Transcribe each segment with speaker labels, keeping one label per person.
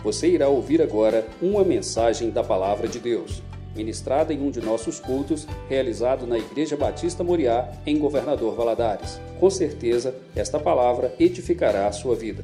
Speaker 1: Você irá ouvir agora uma mensagem da Palavra de Deus, ministrada em um de nossos cultos, realizado na Igreja Batista Moriá, em Governador Valadares. Com certeza, esta palavra edificará a sua vida.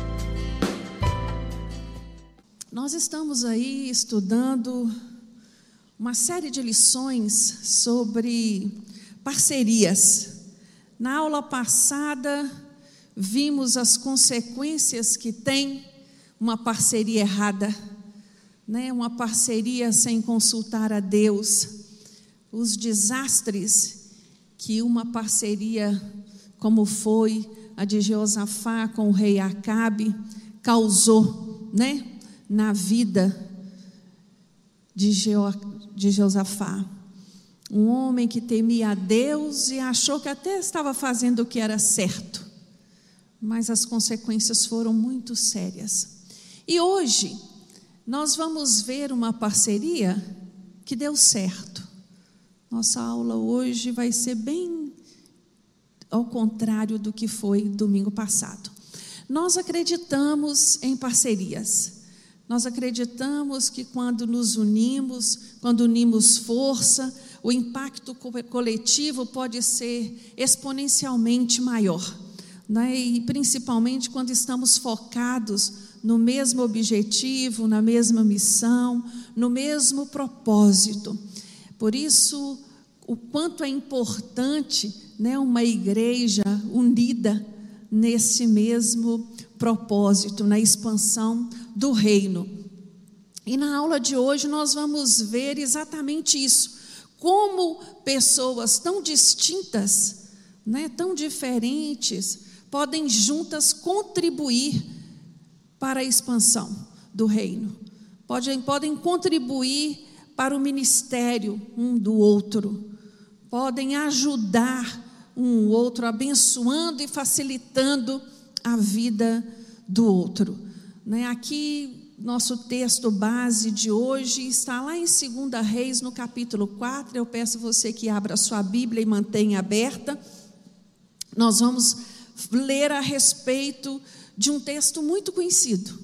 Speaker 2: Nós estamos aí estudando uma série de lições sobre parcerias. Na aula passada, vimos as consequências que tem uma parceria errada, né? Uma parceria sem consultar a Deus, os desastres que uma parceria como foi a de Jeosafá com o rei Acabe causou, né? Na vida de Jeosafá, um homem que temia a Deus e achou que até estava fazendo o que era certo, mas as consequências foram muito sérias. E hoje nós vamos ver uma parceria que deu certo. Nossa aula hoje vai ser bem ao contrário do que foi domingo passado. Nós acreditamos em parcerias. Nós acreditamos que quando nos unimos, quando unimos força, o impacto coletivo pode ser exponencialmente maior, né? E principalmente quando estamos focados no mesmo objetivo, na mesma missão, no mesmo propósito. Por isso, o quanto é importante, né, uma igreja unida nesse mesmo propósito, na expansão do reino. E na aula de hoje nós vamos ver exatamente isso, como pessoas tão distintas, né, tão diferentes, podem juntas contribuir para a expansão do reino, podem contribuir para o ministério um do outro, podem ajudar um outro, abençoando e facilitando a vida do outro, né? Aqui, nosso texto base de hoje está lá em 2 Reis, no capítulo 4, eu peço você que abra a sua Bíblia e mantenha aberta. Nós vamos ler a respeito de um texto muito conhecido,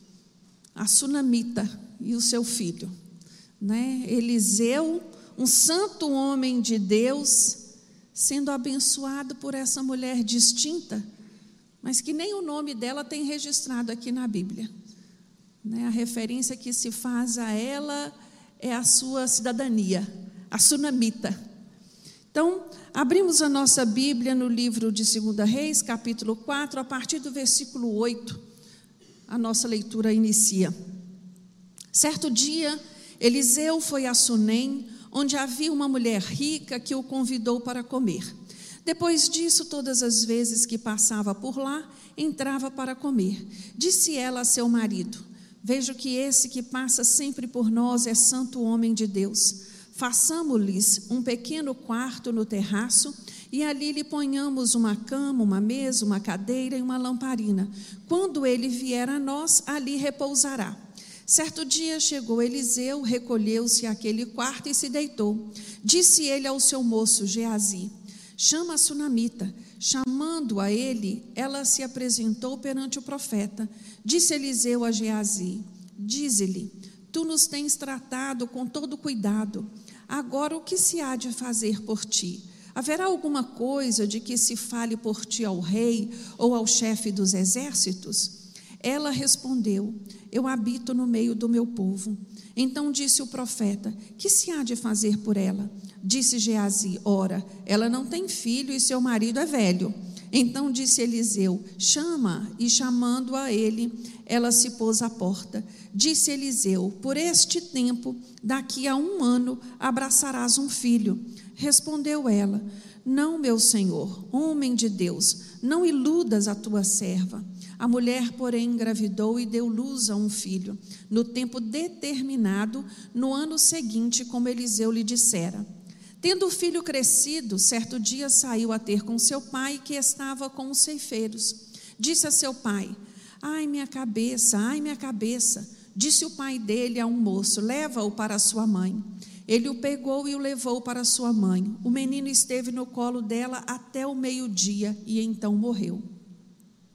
Speaker 2: a Sunamita e o seu filho, né? Eliseu, um santo homem de Deus, sendo abençoado por essa mulher distinta, mas que nem o nome dela tem registrado aqui na Bíblia, né? A referência que se faz a ela é a sua cidadania, a Sunamita. Então, abrimos a nossa Bíblia no livro de 2 Reis, capítulo 4, a partir do versículo 8, a nossa leitura inicia. Certo dia, Eliseu foi a Sunem, onde havia uma mulher rica que o convidou para comer. Depois disso, todas as vezes que passava por lá, entrava para comer. Disse ela a seu marido: vejo que esse que passa sempre por nós é santo homem de Deus. Façamo-lhes um pequeno quarto no terraço e ali lhe ponhamos uma cama, uma mesa, uma cadeira e uma lamparina. Quando ele vier a nós, ali repousará. Certo dia chegou Eliseu, recolheu-se àquele quarto e se deitou. Disse ele ao seu moço Geazi: chama a Sunamita. Chamando a ele, ela se apresentou perante o profeta. Disse Eliseu a Geazi: dize-lhe, tu nos tens tratado com todo cuidado. Agora o que se há de fazer por ti? Haverá alguma coisa de que se fale por ti ao rei ou ao chefe dos exércitos? Ela respondeu: eu habito no meio do meu povo. Então disse o profeta: que se há de fazer por ela? Disse Geazi: ora, ela não tem filho e seu marido é velho. Então disse Eliseu: chama. E chamando a ele, ela se pôs à porta. Disse Eliseu: por este tempo, daqui a 1 ano, abraçarás um filho. Respondeu ela: não, meu senhor, homem de Deus, não iludas a tua serva. A mulher, porém, engravidou e deu luz a um filho, no tempo determinado, no ano seguinte, como Eliseu lhe dissera. Tendo o filho crescido, certo dia saiu a ter com seu pai, que estava com os ceifeiros. Disse a seu pai: ai, minha cabeça, ai, minha cabeça. Disse o pai dele a um moço: leva-o para sua mãe. Ele o pegou e o levou para sua mãe. O menino esteve no colo dela até o meio-dia e então morreu.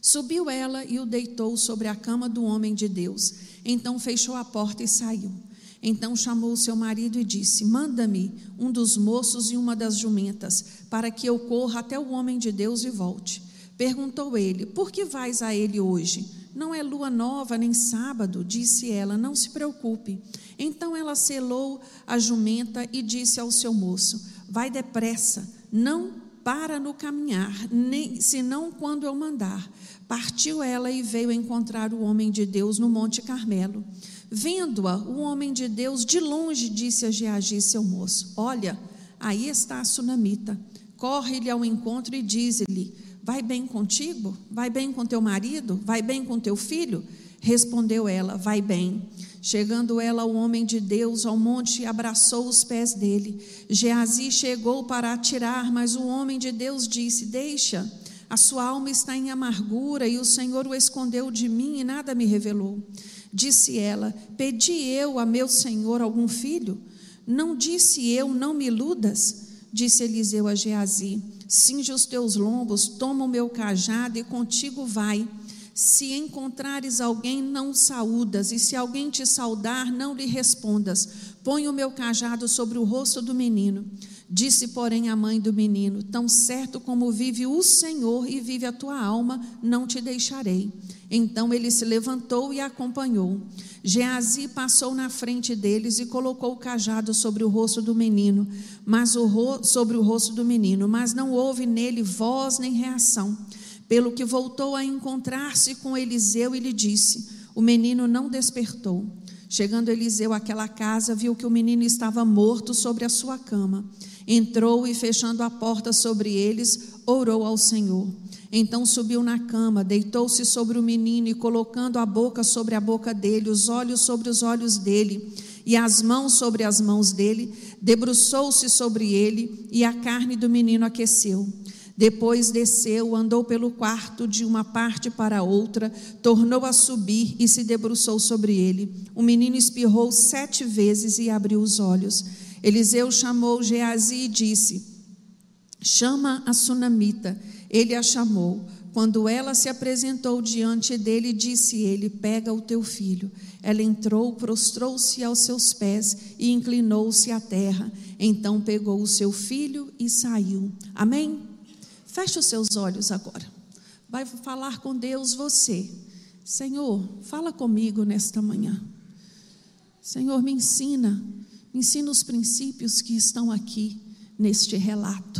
Speaker 2: Subiu ela e o deitou sobre a cama do homem de Deus. Então fechou a porta e saiu. Então chamou seu marido e disse: manda-me um dos moços e uma das jumentas, para que eu corra até o homem de Deus e volte. Perguntou ele: por que vais a ele hoje? Não é lua nova nem sábado. Disse ela: não se preocupe. Então ela selou a jumenta e disse ao seu moço: vai depressa, não para no caminhar, nem senão quando eu mandar. Partiu ela e veio encontrar o homem de Deus no Monte Carmelo. Vendo-a, o homem de Deus de longe disse a Geazi, seu moço: olha, aí está a sunamita. Corre-lhe ao encontro e diz-lhe: vai bem contigo? Vai bem com teu marido? Vai bem com teu filho? Respondeu ela: vai bem. Chegando ela ao homem de Deus ao monte e abraçou os pés dele. Geazi chegou para atirar, mas o homem de Deus disse: deixa, a sua alma está em amargura e o Senhor o escondeu de mim e nada me revelou. Disse ela: pedi eu a meu senhor algum filho? Não disse eu: não me iludas? Disse Eliseu a Geazi: cinge os teus lombos, toma o meu cajado e contigo vai. Se encontrares alguém, não saúdas, e se alguém te saudar, não lhe respondas. Põe o meu cajado sobre o rosto do menino. Disse, porém, a mãe do menino: tão certo como vive o Senhor e vive a tua alma, não te deixarei. Então ele se levantou e a acompanhou. Geazi passou na frente deles e colocou o cajado sobre o rosto do menino, mas não houve nele voz nem reação. Pelo que voltou a encontrar-se com Eliseu e lhe disse: o menino não despertou. Chegando Eliseu àquela casa, viu que o menino estava morto sobre a sua cama. Entrou e, fechando a porta sobre eles, orou ao Senhor. Então subiu na cama, deitou-se sobre o menino e, colocando a boca sobre a boca dele, os olhos sobre os olhos dele e as mãos sobre as mãos dele, debruçou-se sobre ele e a carne do menino aqueceu. Depois desceu, andou pelo quarto de uma parte para outra, tornou a subir e se debruçou sobre ele. O menino espirrou 7 vezes e abriu os olhos. Eliseu chamou Geazi e disse: chama a sunamita. Ele a chamou. Quando ela se apresentou diante dele, disse ele: pega o teu filho. Ela entrou, prostrou-se aos seus pés e inclinou-se à terra. Então pegou o seu filho e saiu. Amém? Feche os seus olhos agora. Vai falar com Deus você. Senhor, fala comigo nesta manhã. Senhor, me ensina os princípios que estão aqui neste relato.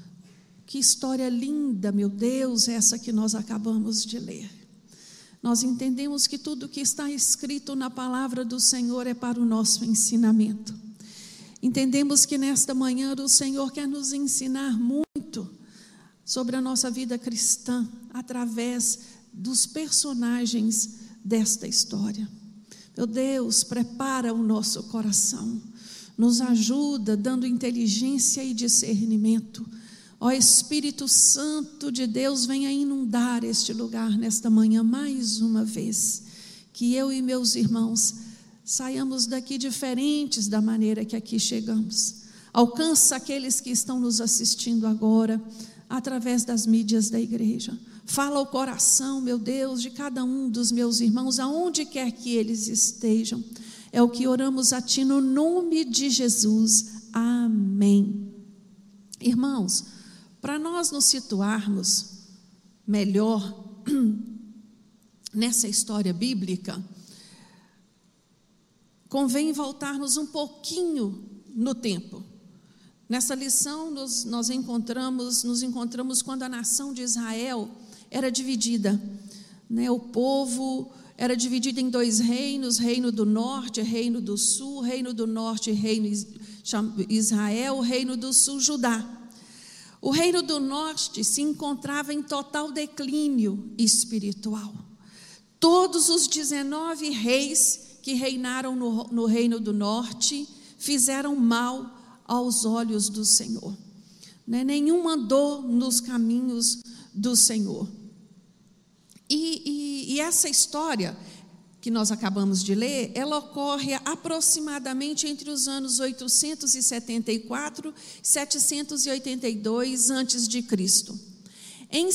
Speaker 2: Que história linda, meu Deus, essa que nós acabamos de ler. Nós entendemos que tudo que está escrito na palavra do Senhor é para o nosso ensinamento. Entendemos que nesta manhã o Senhor quer nos ensinar muito sobre a nossa vida cristã, através dos personagens desta história. Meu Deus, prepara o nosso coração, nos ajuda dando inteligência e discernimento. Ó Espírito Santo de Deus, venha inundar este lugar nesta manhã mais uma vez, que eu e meus irmãos saiamos daqui diferentes da maneira que aqui chegamos. Alcança aqueles que estão nos assistindo agora, através das mídias da igreja. Fala ao coração, meu Deus, de cada um dos meus irmãos, aonde quer que eles estejam. É o que oramos a Ti no nome de Jesus. Amém. Irmãos, para nós nos situarmos melhor nessa história bíblica, convém voltarmos um pouquinho no tempo. Nessa lição nos encontramos quando a nação de Israel era dividida, né? O povo era dividido em 2 reinos, reino do norte, reino do sul, reino do norte, reino Israel, reino do sul, Judá. O reino do norte se encontrava em total declínio espiritual. Todos os 19 reis que reinaram no reino do norte fizeram mal aos olhos do Senhor, né? Nenhum andou nos caminhos do Senhor. E essa história que nós acabamos de ler, ela ocorre aproximadamente entre os anos 874 e 782 a.C. Em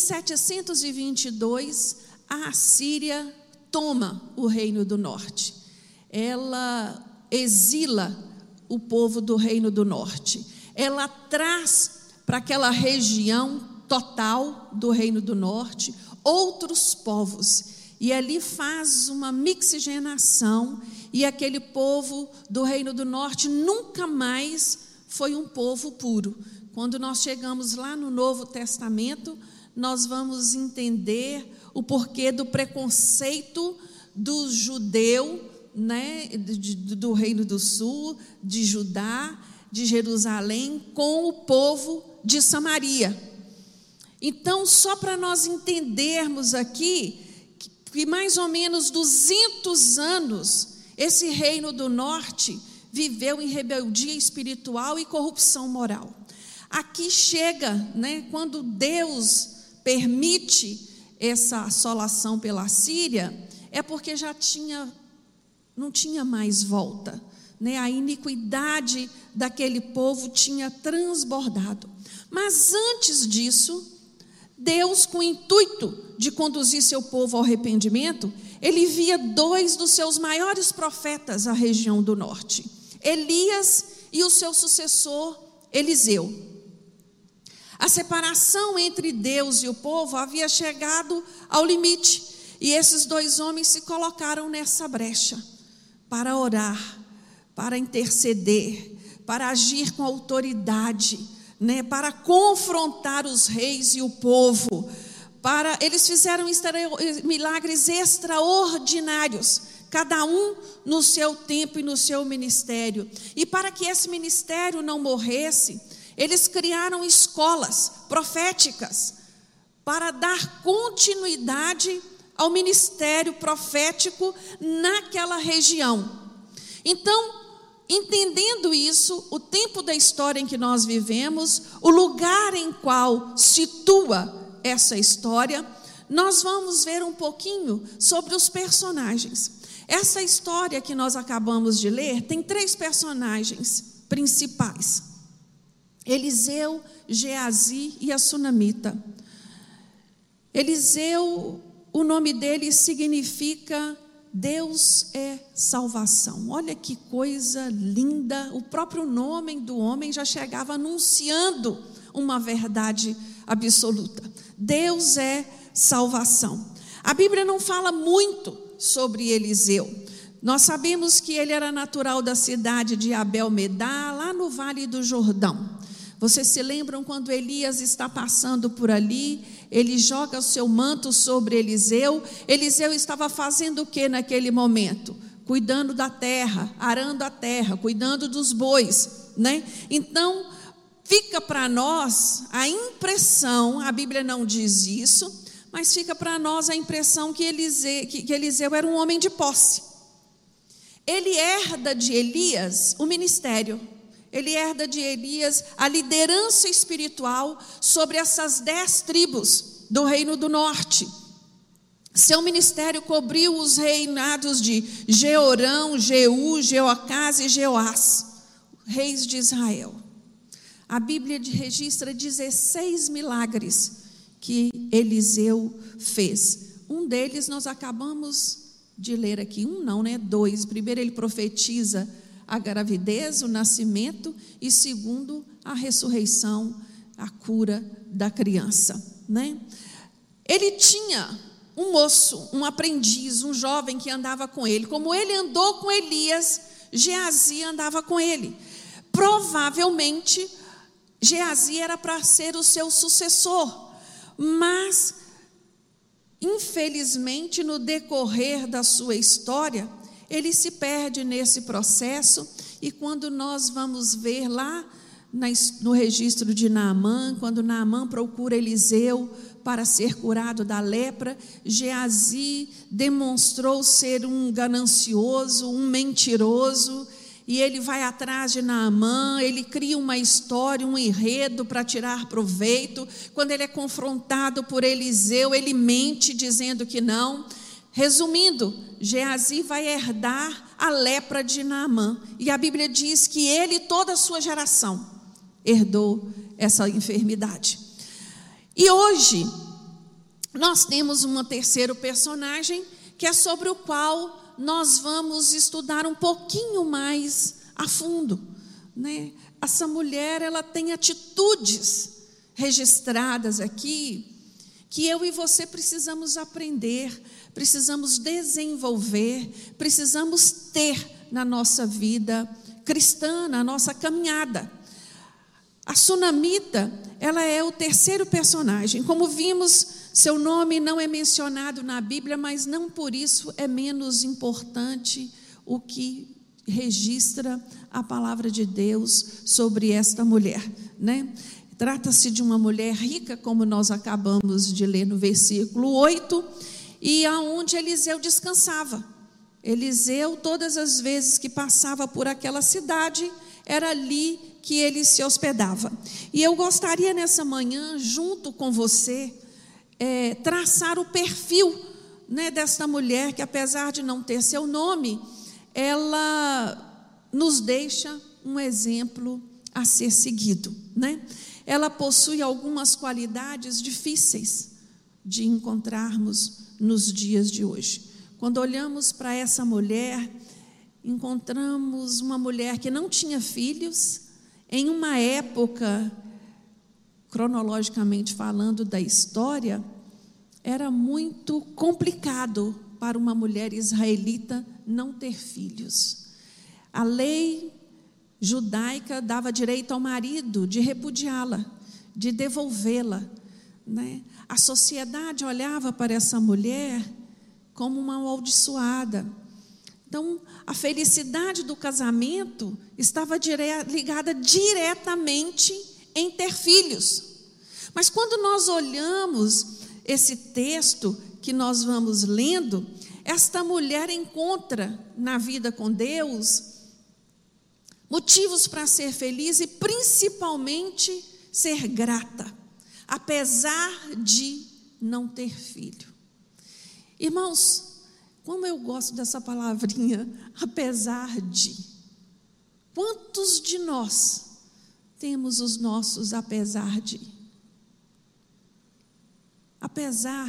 Speaker 2: 722, a Assíria toma o Reino do Norte. Ela exila o povo do Reino do Norte. Ela traz para aquela região total do Reino do Norte outros povos. E ali faz uma mixigenação, e aquele povo do Reino do Norte nunca mais foi um povo puro. Quando nós chegamos lá no Novo Testamento, nós vamos entender o porquê do preconceito do judeu, né, do Reino do Sul, de Judá, de Jerusalém, com o povo de Samaria. Então, só para nós entendermos aqui, que mais ou menos 200 anos, esse Reino do Norte viveu em rebeldia espiritual e corrupção moral. Aqui chega, né, quando Deus permite essa assolação pela Síria, é porque não tinha mais volta, né? A iniquidade daquele povo tinha transbordado. Mas antes disso, Deus, com o intuito de conduzir seu povo ao arrependimento, ele envia 2 dos seus maiores profetas à região do norte, Elias e o seu sucessor Eliseu. A separação entre Deus e o povo havia chegado ao limite, e esses 2 homens se colocaram nessa brecha para orar, para interceder, para agir com autoridade, né, para confrontar os reis e o povo. Eles fizeram milagres extraordinários, cada um no seu tempo e no seu ministério. E para que esse ministério não morresse, eles criaram escolas proféticas para dar continuidade ao ministério profético naquela região. Então, entendendo isso, o tempo da história em que nós vivemos, o lugar em qual situa essa história, nós vamos ver um pouquinho sobre os personagens. Essa história que nós acabamos de ler tem 3 personagens principais: Eliseu, Geazi e a Sunamita. Eliseu, o nome dele significa Deus é salvação. Olha que coisa linda, o próprio nome do homem já chegava anunciando uma verdade absoluta. Deus é salvação. A Bíblia não fala muito sobre Eliseu. Nós sabemos que ele era natural da cidade de Abel-Medá, lá no Vale do Jordão. Vocês se lembram quando Elias está passando por ali? Ele joga o seu manto sobre Eliseu. Eliseu estava fazendo o que naquele momento? Cuidando da terra, arando a terra, cuidando dos bois, né? Então, fica para nós a impressão, a Bíblia não diz isso, mas fica para nós a impressão que Eliseu era um homem de posse. Ele herda de Elias o ministério. Ele herda de Elias a liderança espiritual sobre essas 10 tribos do Reino do Norte. Seu ministério cobriu os reinados de Jeorão, Jeú, Jeoacás e Jeoás, reis de Israel. A Bíblia registra 16 milagres que Eliseu fez. Um deles nós acabamos de ler aqui. 2. Primeiro, ele profetiza a gravidez, o nascimento, e segundo, a ressurreição, a cura da criança, né? Ele tinha um moço, um aprendiz, um jovem que andava com ele. Como ele andou com Elias, Geazi andava com ele. Provavelmente, Geazi era para ser o seu sucessor, mas, infelizmente, no decorrer da sua história, ele se perde nesse processo. E quando nós vamos ver lá no registro de Naamã, quando Naamã procura Eliseu para ser curado da lepra, Geazi demonstrou ser um ganancioso, um mentiroso, e ele vai atrás de Naamã, ele cria uma história, um enredo para tirar proveito. Quando ele é confrontado por Eliseu, ele mente dizendo que não. Resumindo, Geazi vai herdar a lepra de Naamã, e a Bíblia diz que ele e toda a sua geração herdou essa enfermidade. E hoje nós temos um terceiro personagem, que é sobre o qual nós vamos estudar um pouquinho mais a fundo, né? Essa mulher, ela tem atitudes registradas aqui, que eu e você precisamos aprender, precisamos desenvolver, precisamos ter na nossa vida cristã, na nossa caminhada. A sunamita, ela é o terceiro personagem. Como vimos, seu nome não é mencionado na Bíblia, mas não por isso é menos importante o que registra a palavra de Deus sobre esta mulher, né? Trata-se de uma mulher rica, como nós acabamos de ler no versículo 8, e aonde Eliseu descansava. Eliseu, todas as vezes que passava por aquela cidade, era ali que ele se hospedava. E eu gostaria nessa manhã, junto com você, traçar o perfil, né, desta mulher, que apesar de não ter seu nome, ela nos deixa um exemplo a ser seguido, né? Ela possui algumas qualidades difíceis de encontrarmos nos dias de hoje. Quando olhamos para essa mulher, encontramos uma mulher que não tinha filhos, em uma época, cronologicamente falando da história, era muito complicado para uma mulher israelita não ter filhos. A lei judaica dava direito ao marido de repudiá-la, de devolvê-la, né? A sociedade olhava para essa mulher como uma amaldiçoada. Então, a felicidade do casamento estava ligada diretamente em ter filhos. Mas quando nós olhamos esse texto que nós vamos lendo, esta mulher encontra na vida com Deus motivos para ser feliz e principalmente ser grata, apesar de não ter filho. Irmãos, como eu gosto dessa palavrinha, apesar de. Quantos de nós temos os nossos apesar de? Apesar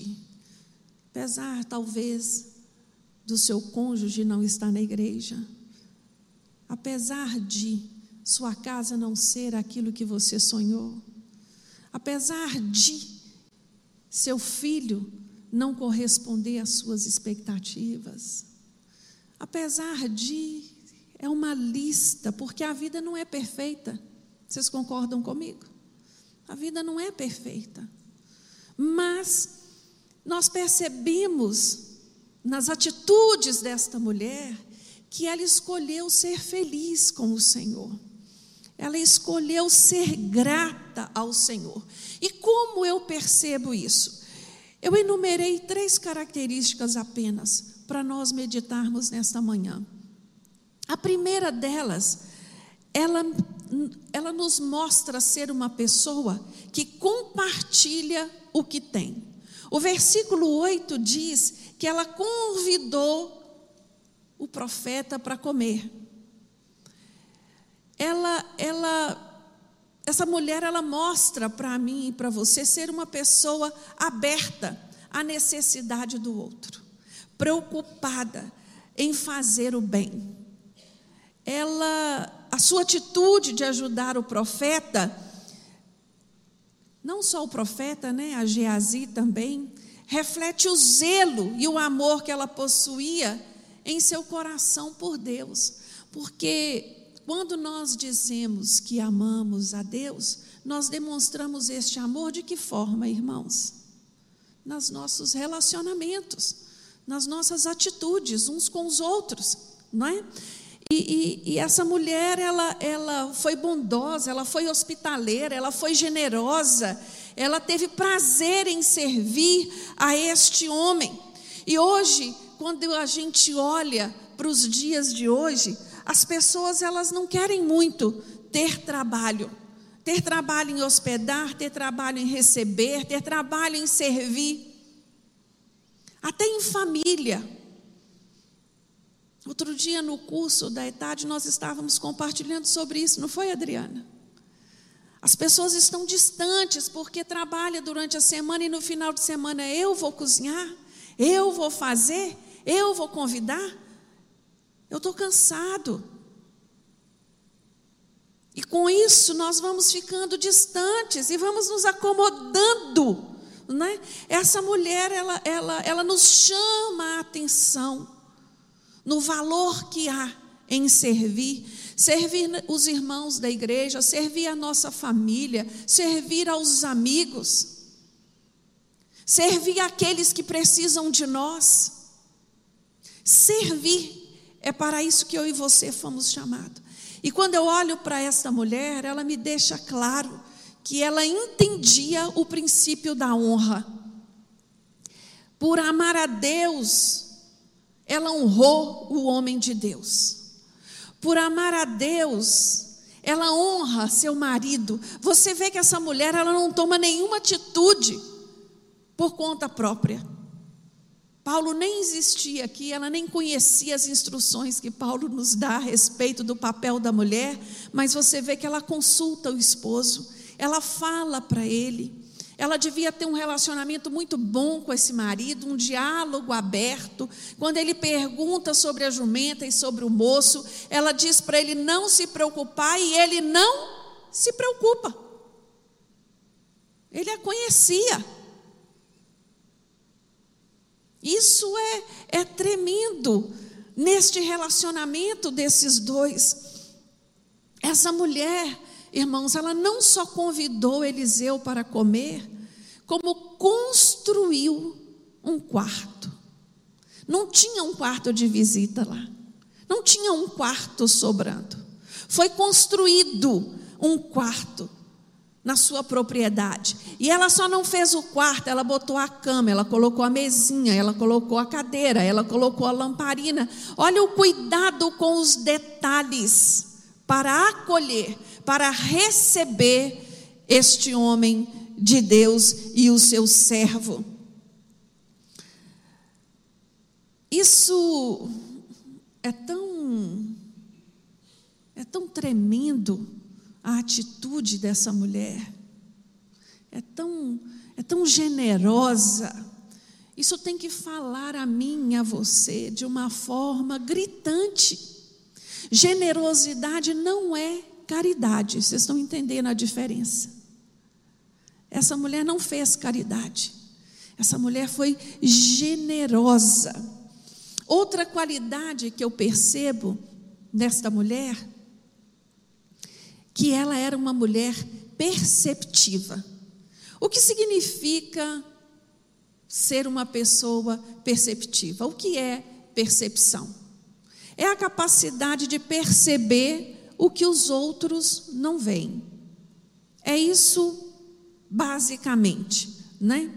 Speaker 2: talvez do seu cônjuge não estar na igreja, apesar de sua casa não ser aquilo que você sonhou, apesar de seu filho não corresponder às suas expectativas, apesar de, é uma lista, porque a vida não é perfeita. Vocês concordam comigo? A vida não é perfeita, mas nós percebemos nas atitudes desta mulher que ela escolheu ser feliz com o Senhor. Ela escolheu ser grata ao Senhor. E como eu percebo isso? Eu enumerei 3 características apenas para nós meditarmos nesta manhã. A primeira delas, ela nos mostra ser uma pessoa que compartilha o que tem. O versículo 8 diz que ela convidou o profeta para comer. Essa mulher, ela mostra para mim e para você ser uma pessoa aberta à necessidade do outro, preocupada em fazer o bem. A sua atitude de ajudar o profeta, não só o profeta, né, a Geazi também, reflete o zelo e o amor que ela possuía em seu coração por Deus. Porque quando nós dizemos que amamos a Deus, nós demonstramos este amor de que forma, irmãos? Nos nossos relacionamentos, nas nossas atitudes uns com os outros, não é? E essa mulher, ela foi bondosa, ela foi hospitaleira, ela foi generosa, ela teve prazer em servir a este homem. E hoje, quando a gente olha para os dias de hoje, as pessoas, elas não querem muito ter trabalho em hospedar, ter trabalho em receber, ter trabalho em servir, até em família. Outro dia no curso da ETAD nós estávamos compartilhando sobre isso, não foi, Adriana? As pessoas estão distantes porque trabalham durante a semana e no final de semana eu vou cozinhar, eu vou fazer, eu vou convidar. Eu estou cansado. E com isso nós vamos ficando distantes e vamos nos acomodando, né? Essa mulher, ela nos chama a atenção no valor que há em servir os irmãos da igreja, servir a nossa família, servir aos amigos, servir aqueles que precisam de nós. Servir é para isso que eu e você fomos chamados. E quando eu olho para esta mulher, ela me deixa claro que ela entendia o princípio da honra. Por amar a Deus, ela honrou o homem de Deus. Por amar a Deus, ela honra seu marido. Você vê que essa mulher, ela não toma nenhuma atitude por conta própria. Paulo nem existia aqui, ela nem conhecia as instruções que Paulo nos dá a respeito do papel da mulher, mas você vê que ela consulta o esposo, ela fala para ele. Ela devia ter um relacionamento muito bom com esse marido, um diálogo aberto. Quando ele pergunta sobre a jumenta e sobre o moço, ela diz para ele não se preocupar e ele não se preocupa. Ele a conhecia. Isso é tremendo neste relacionamento desses dois. Essa mulher, irmãos, ela não só convidou Eliseu para comer, como construiu um quarto. Não tinha um quarto de visita lá, não tinha um quarto sobrando. Foi construído um quarto na sua propriedade. E ela só não fez o quarto, ela botou a cama, ela colocou a mesinha, ela colocou a cadeira, ela colocou a lamparina. Olha o cuidado com os detalhes para acolher, para receber este homem de Deus e o seu servo. Isso é tão tremendo, a atitude dessa mulher. É tão generosa. Isso tem que falar a mim e a você de uma forma gritante. Generosidade não é caridade. Vocês estão entendendo a diferença? Essa mulher não fez caridade. Essa mulher foi generosa. Outra qualidade que eu percebo nesta mulher, que ela era uma mulher perceptiva. O que significa ser uma pessoa perceptiva? O que é percepção? É a capacidade de perceber o que os outros não veem. É isso basicamente, né?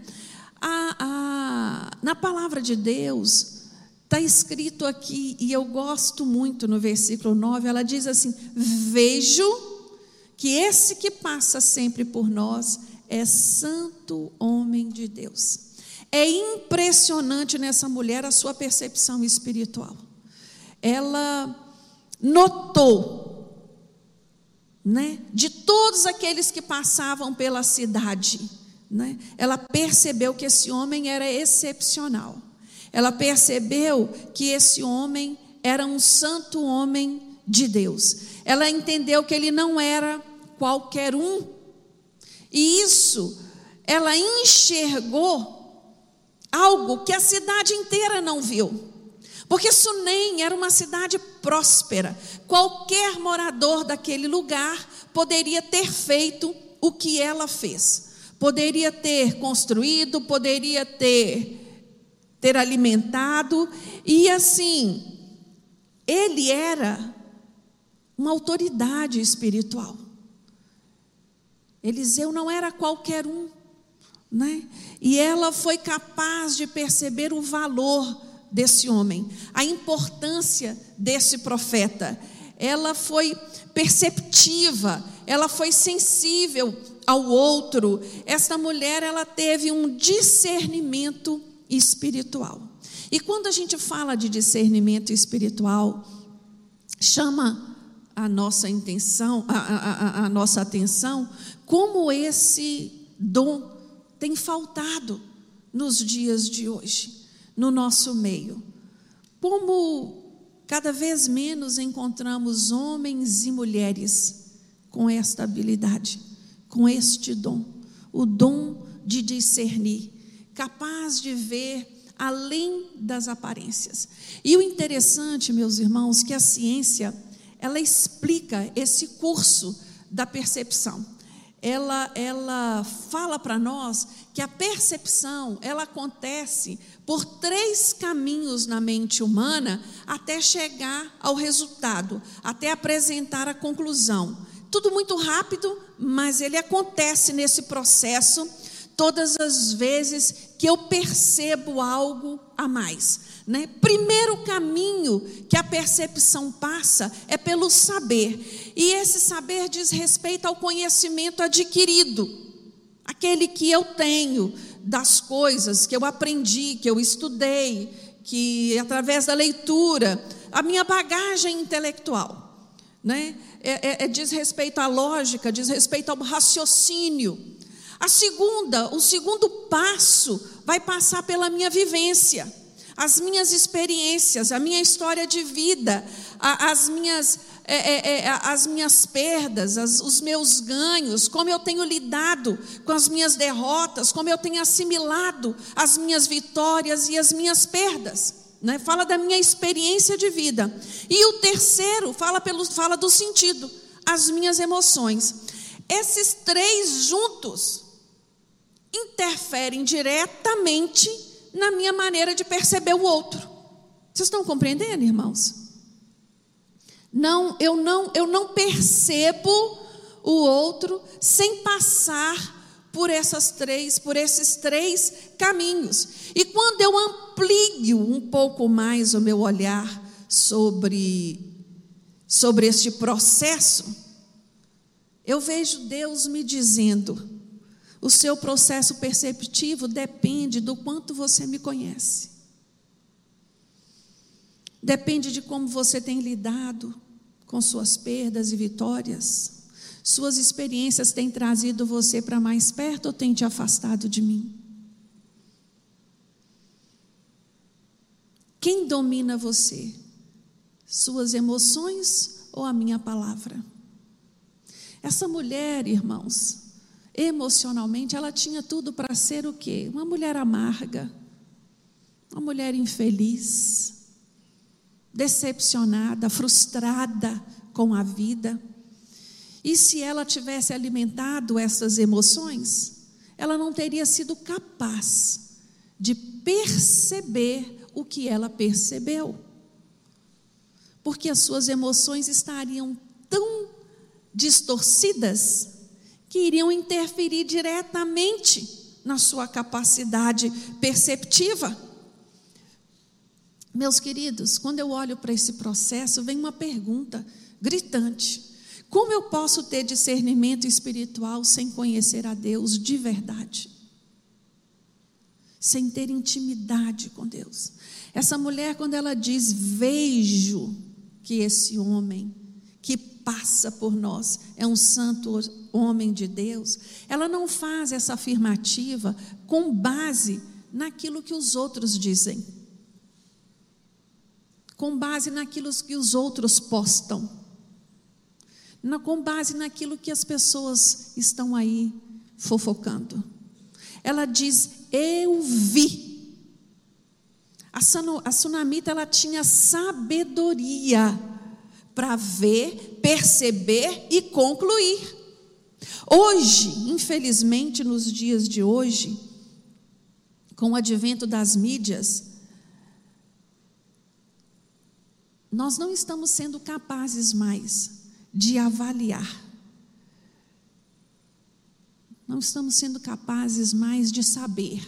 Speaker 2: Na palavra de Deus está escrito aqui, e eu gosto muito no versículo 9, ela diz assim: vejo que esse que passa sempre por nós é santo homem de Deus. É impressionante nessa mulher a sua percepção espiritual. Ela notou, né, de todos aqueles que passavam pela cidade, né, ela percebeu que esse homem era excepcional. Ela percebeu que esse homem era um santo homem de Deus. Ela entendeu que ele não era qualquer um. E isso, ela enxergou algo que a cidade inteira não viu. Porque Sunem era uma cidade próspera. Qualquer morador daquele lugar poderia ter feito o que ela fez. Poderia ter construído, poderia ter alimentado. E assim, ele era uma autoridade espiritual. Eliseu não era qualquer um, né? E ela foi capaz de perceber o valor desse homem, a importância desse profeta. Ela foi perceptiva, ela foi sensível ao outro. Esta mulher, ela teve um discernimento espiritual. E quando a gente fala de discernimento espiritual, chama a nossa intenção, a nossa atenção, como esse dom tem faltado nos dias de hoje, no nosso meio. Como cada vez menos encontramos homens e mulheres com esta habilidade, com este dom, o dom de discernir, capaz de ver além das aparências. E o interessante, meus irmãos, que a ciência, ela explica esse curso da percepção. Ela fala para nós que a percepção, ela acontece por 3 caminhos na mente humana até chegar ao resultado, até apresentar a conclusão. Tudo muito rápido, mas ele acontece nesse processo todas as vezes que eu percebo algo a mais, né? Primeiro caminho que a percepção passa é pelo saber, e esse saber diz respeito ao conhecimento adquirido, aquele que eu tenho das coisas que eu aprendi, que eu estudei, que através da leitura, a minha bagagem intelectual, né? Diz respeito à lógica, diz respeito ao raciocínio. O segundo passo vai passar pela minha vivência, as minhas experiências, a minha história de vida, as minhas perdas, os meus ganhos, como eu tenho lidado com as minhas derrotas, como eu tenho assimilado as minhas vitórias e as minhas perdas, né? Fala da minha experiência de vida. E o terceiro fala do sentido, as minhas emoções. Esses 3 juntos interferem diretamente na minha maneira de perceber o outro. Vocês estão compreendendo, irmãos? Eu não percebo o outro sem passar por esses três caminhos. E quando eu amplio um pouco mais o meu olhar sobre este processo, eu vejo Deus me dizendo: o seu processo perceptivo depende do quanto você me conhece. Depende de como você tem lidado com suas perdas e vitórias. Suas experiências têm trazido você para mais perto ou têm te afastado de mim? Quem domina você? Suas emoções ou a minha palavra? Essa mulher, irmãos, emocionalmente, ela tinha tudo para ser o quê? Uma mulher amarga, uma mulher infeliz, decepcionada, frustrada com a vida. E se ela tivesse alimentado essas emoções, ela não teria sido capaz de perceber o que ela percebeu, porque as suas emoções estariam tão distorcidas que iriam interferir diretamente na sua capacidade perceptiva. Meus queridos, quando eu olho para esse processo, vem uma pergunta gritante: como eu posso ter discernimento espiritual sem conhecer a Deus de verdade? Sem ter intimidade com Deus? Essa mulher, quando ela diz: vejo que esse homem que passa por nós é um santo homem de Deus, ela não faz essa afirmativa com base naquilo que os outros dizem, com base naquilo que os outros postam, com base naquilo que as pessoas estão aí fofocando. Ela diz: eu vi. A sunamita, ela tinha sabedoria para ver, perceber e concluir. Hoje, infelizmente, nos dias de hoje, com o advento das mídias, nós não estamos sendo capazes mais de avaliar. Não estamos sendo capazes mais de saber,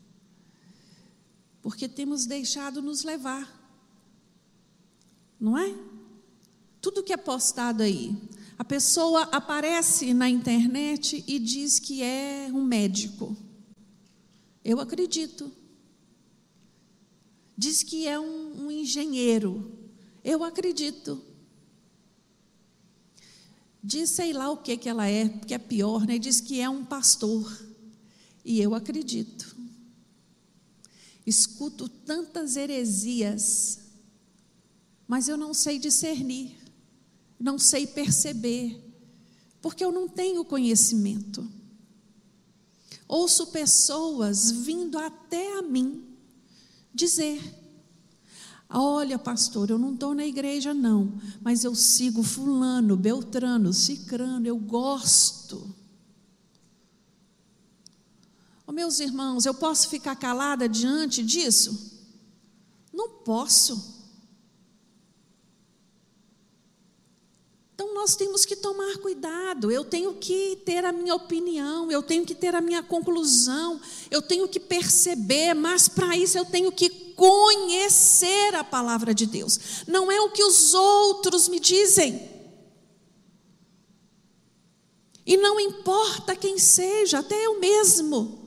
Speaker 2: porque temos deixado nos levar, não é? Tudo que é postado aí, a pessoa aparece na internet e diz que é um médico. Eu acredito. Diz que é um engenheiro. Eu acredito. Diz sei lá o que ela é, porque é pior, né? Diz que é um pastor. E eu acredito. Escuto tantas heresias, mas eu não sei discernir, não sei perceber, porque eu não tenho conhecimento. Ouço pessoas vindo até a mim dizer: olha, pastor, eu não estou na igreja não, mas eu sigo fulano, beltrano, cicrano, eu gosto. Oh, meus irmãos, eu posso ficar calada diante disso? Não posso. Então nós temos que tomar cuidado. Eu tenho que ter a minha opinião, eu tenho que ter a minha conclusão, eu tenho que perceber, mas para isso eu tenho que conhecer a palavra de Deus. Não é o que os outros me dizem. E não importa quem seja, até eu mesmo.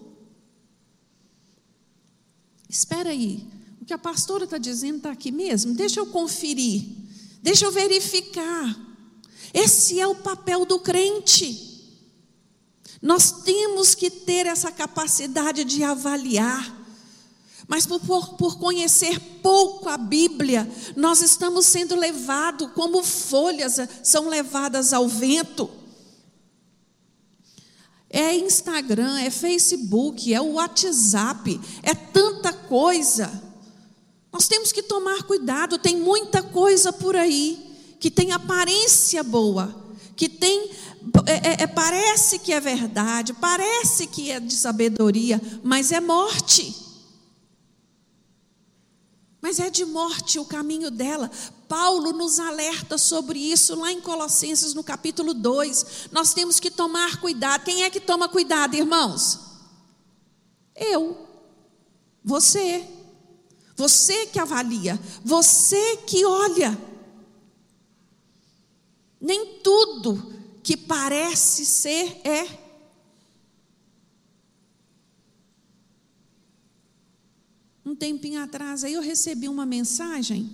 Speaker 2: Espera aí, o que a pastora está dizendo está aqui mesmo? Deixa eu conferir, deixa eu verificar. Esse é o papel do crente. Nós temos que ter essa capacidade de avaliar. Mas por conhecer pouco a Bíblia, nós estamos sendo levados como folhas são levadas ao vento. É Instagram, é Facebook, é o WhatsApp, é tanta coisa. Nós temos que tomar cuidado, tem muita coisa por aí que tem aparência boa, que tem, parece que é verdade, parece que é de sabedoria, mas é morte. Mas é de morte o caminho dela. Paulo nos alerta sobre isso lá em Colossenses, no capítulo 2. Nós temos que tomar cuidado. Quem é que toma cuidado, irmãos? Eu. Você. Você que avalia. Você que olha. Nem tudo que parece ser é. Um tempinho atrás, aí eu recebi uma mensagem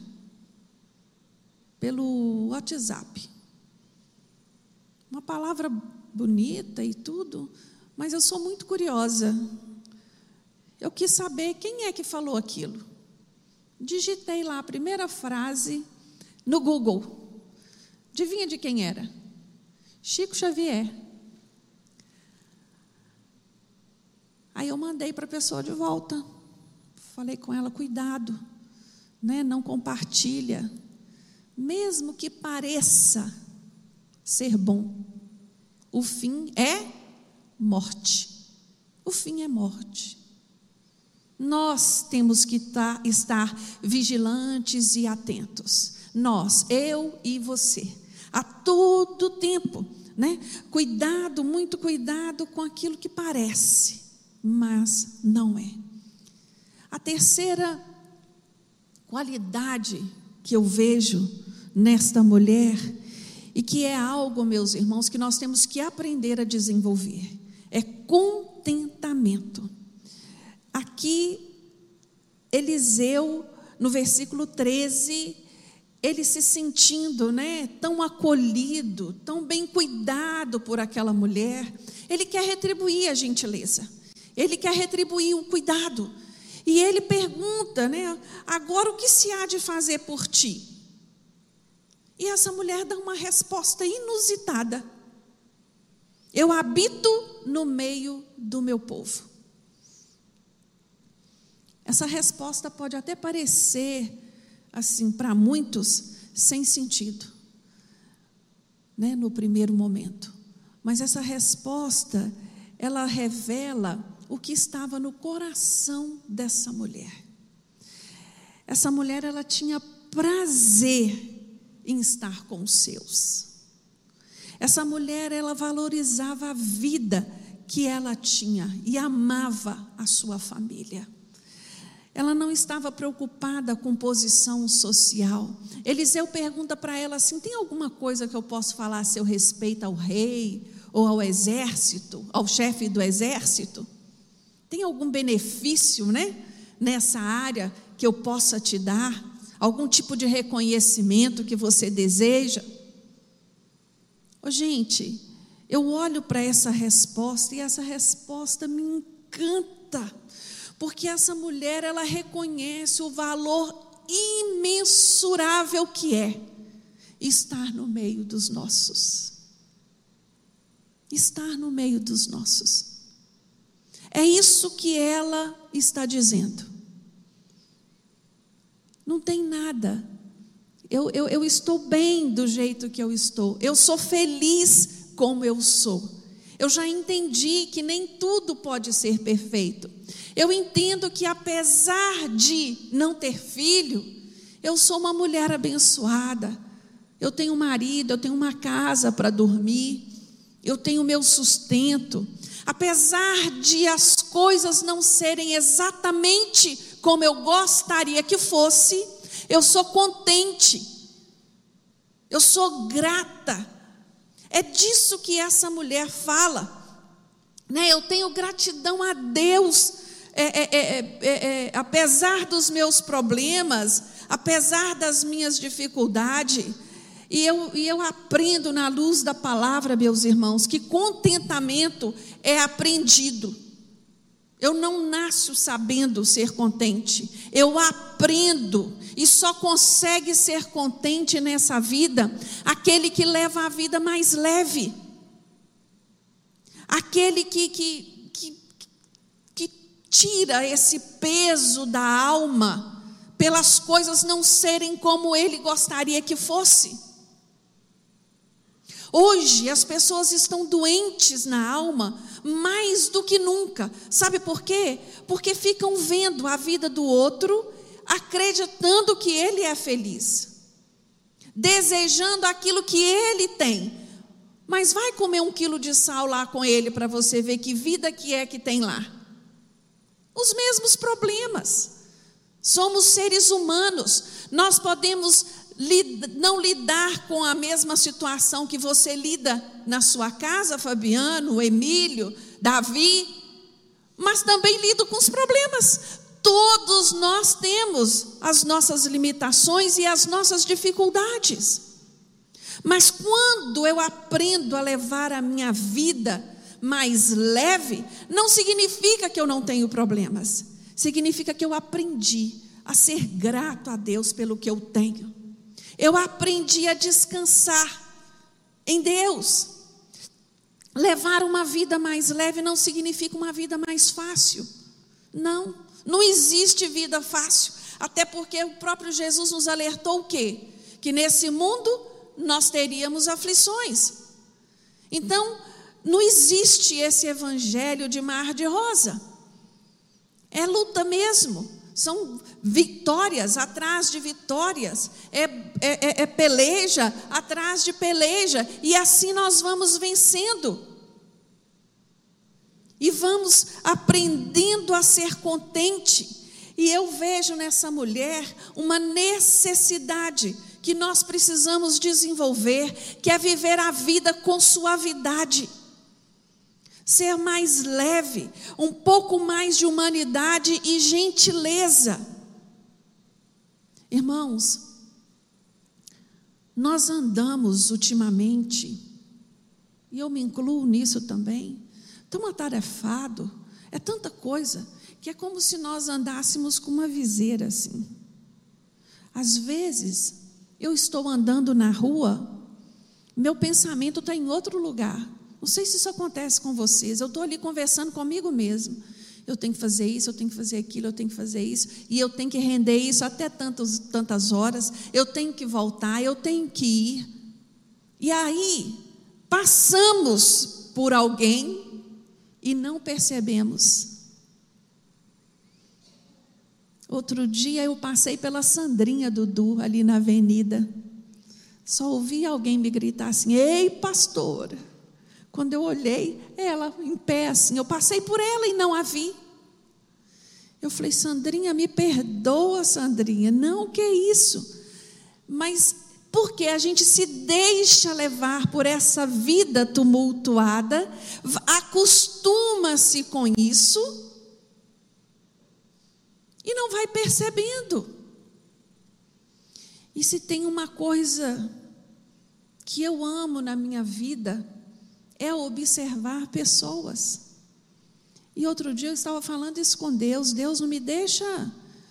Speaker 2: pelo WhatsApp. Uma palavra bonita e tudo, mas eu sou muito curiosa. Eu quis saber quem é que falou aquilo. Digitei lá a primeira frase no Google. Adivinha de quem era? Chico Xavier. Aí eu mandei para a pessoa de volta. Falei com ela, cuidado, né? Não compartilha, mesmo que pareça ser bom, o fim é morte, o fim é morte. Nós temos que estar vigilantes e atentos, nós, eu e você, a todo tempo, né? Cuidado, muito cuidado com aquilo que parece, mas não é. A terceira qualidade que eu vejo nesta mulher, e que é algo, meus irmãos, que nós temos que aprender a desenvolver, é contentamento. Aqui, Eliseu, no versículo 13, ele se sentindo, né, tão acolhido, tão bem cuidado por aquela mulher, ele quer retribuir a gentileza, ele quer retribuir o cuidado. E ele pergunta, né, agora o que se há de fazer por ti? E essa mulher dá uma resposta inusitada. Eu habito no meio do meu povo. Essa resposta pode até parecer, assim, para muitos, sem sentido, né, no primeiro momento. Mas essa resposta, ela revela o que estava no coração dessa mulher. Essa mulher, ela tinha prazer em estar com os seus. Essa mulher, ela valorizava a vida que ela tinha e amava a sua família. Ela não estava preocupada com posição social. Eliseu pergunta para ela assim, tem alguma coisa que eu posso falar a seu respeito ao rei ou ao exército, ao chefe do exército? Tem algum benefício, né, nessa área que eu possa te dar? Algum tipo de reconhecimento que você deseja? Gente, eu olho para essa resposta e essa resposta me encanta, porque essa mulher, ela reconhece o valor imensurável que é estar no meio dos nossos. Estar no meio dos nossos. É isso que ela está dizendo. Não tem nada. Eu estou bem do jeito que eu estou. Eu sou feliz como eu sou. Eu já entendi que nem tudo pode ser perfeito. Eu entendo que apesar de não ter filho, eu sou uma mulher abençoada. Eu tenho um marido, eu tenho uma casa para dormir, eu tenho meu sustento. Apesar de as coisas não serem exatamente como eu gostaria que fosse, eu sou contente, eu sou grata. É disso que essa mulher fala, né? Eu tenho gratidão a Deus, apesar dos meus problemas, apesar das minhas dificuldades. E eu aprendo na luz da palavra, meus irmãos, que contentamento é aprendido. Eu não nasço sabendo ser contente, eu aprendo, e só consegue ser contente nessa vida aquele que leva a vida mais leve, aquele que tira esse peso da alma pelas coisas não serem como ele gostaria que fosse. Hoje as pessoas estão doentes na alma mais do que nunca. Sabe por quê? Porque ficam vendo a vida do outro, acreditando que ele é feliz, desejando aquilo que ele tem. Mas vai comer 1 quilo de sal lá com ele para você ver que vida que tem lá. Os mesmos problemas. Somos seres humanos. Nós podemos não lidar com a mesma situação que você lida na sua casa, Fabiano, Emílio, Davi, mas também lido com os problemas. Todos nós temos as nossas limitações e as nossas dificuldades. Mas quando eu aprendo a levar a minha vida mais leve, não significa que eu não tenho problemas. Significa que eu aprendi a ser grato a Deus pelo que eu tenho. Eu aprendi a descansar em Deus. Levar uma vida mais leve não significa uma vida mais fácil. Não existe vida fácil. Até porque o próprio Jesus nos alertou o quê? Que nesse mundo nós teríamos aflições. Então, não existe esse evangelho de mar de rosa. É luta mesmo. São vitórias atrás de vitórias, é peleja atrás de peleja, e assim nós vamos vencendo, e vamos aprendendo a ser contente. E eu vejo nessa mulher uma necessidade que nós precisamos desenvolver, que é viver a vida com suavidade, ser mais leve, um pouco mais de humanidade e gentileza. Irmãos, nós andamos ultimamente, e eu me incluo nisso também, tão atarefado, é tanta coisa, que é como se nós andássemos com uma viseira assim. Às vezes, eu estou andando na rua, meu pensamento está em outro lugar. Não sei se isso acontece com vocês. Eu estou ali conversando comigo mesmo. Eu tenho que fazer isso, eu tenho que fazer aquilo, eu tenho que fazer isso, e eu tenho que render isso até tantas horas, eu tenho que voltar, eu tenho que ir. E aí, passamos por alguém e não percebemos. Outro dia eu passei pela Sandrinha Dudu, ali na avenida. Só ouvi alguém me gritar assim: ei, pastora. Quando eu olhei, ela em pé assim, eu passei por ela e não a vi. Eu falei: Sandrinha, me perdoa, Sandrinha. Não, que é isso? Mas porque a gente se deixa levar por essa vida tumultuada, acostuma-se com isso e não vai percebendo. E se tem uma coisa que eu amo na minha vida é observar pessoas. E outro dia eu estava falando isso com Deus. Deus, não me deixa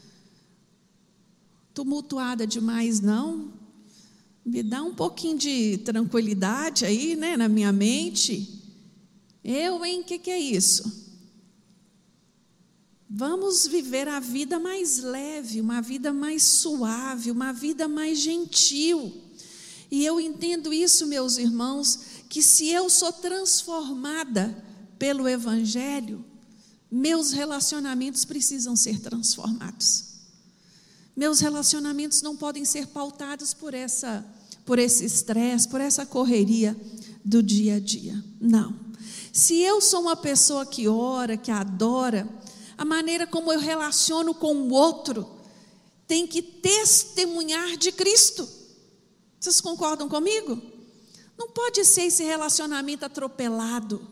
Speaker 2: tumultuada demais, não. Me dá um pouquinho de tranquilidade aí, né, na minha mente. O que é isso? Vamos viver a vida mais leve, uma vida mais suave, uma vida mais gentil. E eu entendo isso, meus irmãos, que se eu sou transformada pelo Evangelho, meus relacionamentos precisam ser transformados. Meus relacionamentos não podem ser pautados por esse estresse, por essa correria do dia a dia. Não. Se eu sou uma pessoa que ora, que adora, a maneira como eu relaciono com o outro tem que testemunhar de Cristo. Vocês concordam comigo? Não pode ser esse relacionamento atropelado.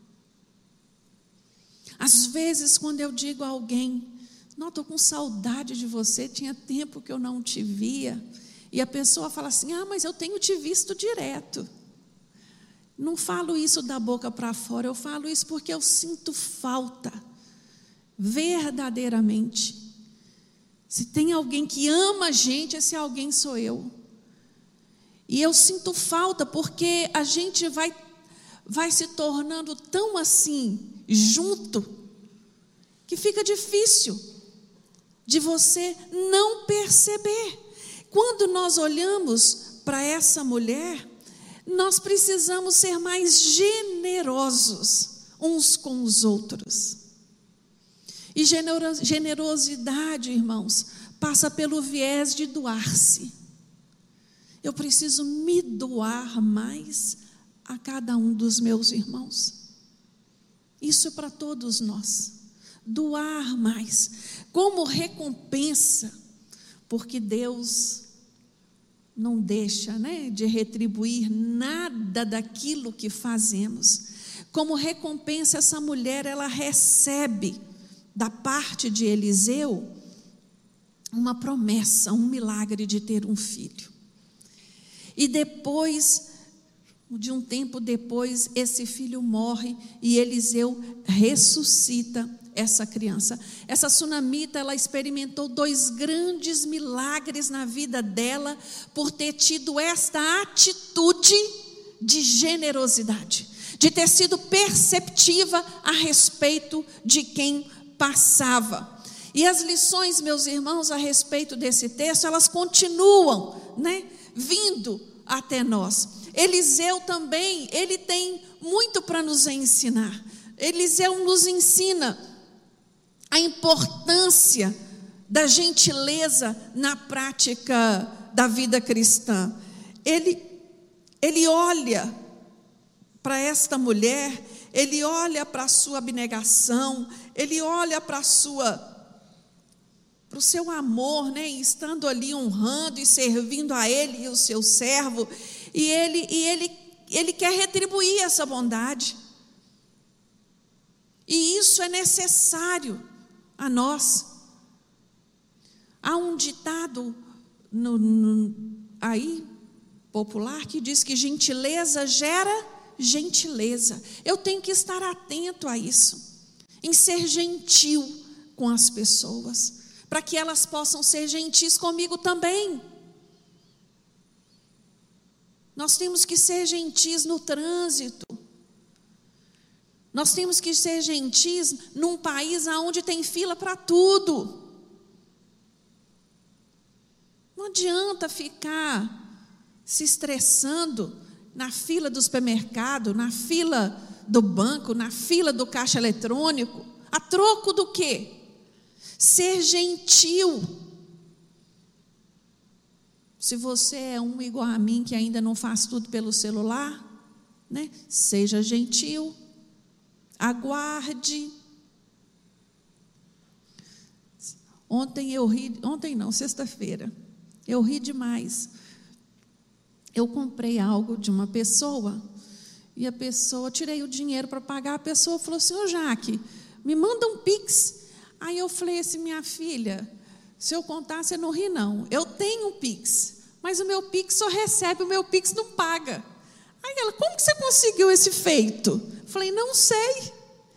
Speaker 2: Às vezes, quando eu digo a alguém, não, estou com saudade de você, tinha tempo que eu não te via, e a pessoa fala assim, mas eu tenho te visto direto. Não falo isso da boca para fora, eu falo isso porque eu sinto falta, verdadeiramente. Se tem alguém que ama a gente, esse alguém sou eu. E eu sinto falta porque a gente vai se tornando tão assim, junto, que fica difícil de você não perceber. Quando nós olhamos para essa mulher, nós precisamos ser mais generosos uns com os outros. E generosidade, irmãos, passa pelo viés de doar-se. Eu preciso me doar mais a cada um dos meus irmãos. Isso é para todos nós. Doar mais, como recompensa, porque Deus não deixa, de retribuir nada daquilo que fazemos. Como recompensa, essa mulher, ela recebe da parte de Eliseu uma promessa, um milagre de ter um filho. E depois, de um tempo depois, esse filho morre e Eliseu ressuscita essa criança. Essa sunamita, ela experimentou 2 grandes milagres na vida dela por ter tido esta atitude de generosidade, de ter sido perceptiva a respeito de quem passava. E as lições, meus irmãos, a respeito desse texto, elas continuam, vindo até nós. Eliseu também, ele tem muito para nos ensinar. Eliseu nos ensina a importância da gentileza na prática da vida cristã. Ele olha para esta mulher, ele olha para a sua abnegação, ele olha para o seu amor, estando ali honrando e servindo a ele e o seu servo, e ele quer retribuir essa bondade. E isso é necessário a nós. Há um ditado aí popular que diz que gentileza gera gentileza. Eu tenho que estar atento a isso, em ser gentil com as pessoas, para que elas possam ser gentis comigo também. Nós temos que ser gentis no trânsito. Nós temos que ser gentis num país onde tem fila para tudo. Não adianta ficar se estressando na fila do supermercado, na fila do banco, na fila do caixa eletrônico. A troco do quê? Ser gentil. Se você é igual a mim, que ainda não faz tudo pelo celular, seja gentil. Aguarde. Sexta-feira, eu ri demais. Eu comprei algo de uma pessoa, e a pessoa, tirei o dinheiro para pagar, a pessoa falou assim, ô Jaque, me manda um Pix. Aí eu falei assim, minha filha, se eu contar, você não ri não, eu tenho um Pix, mas o meu Pix só recebe, o meu Pix não paga. Aí ela, como que você conseguiu esse feito? Eu falei, não sei,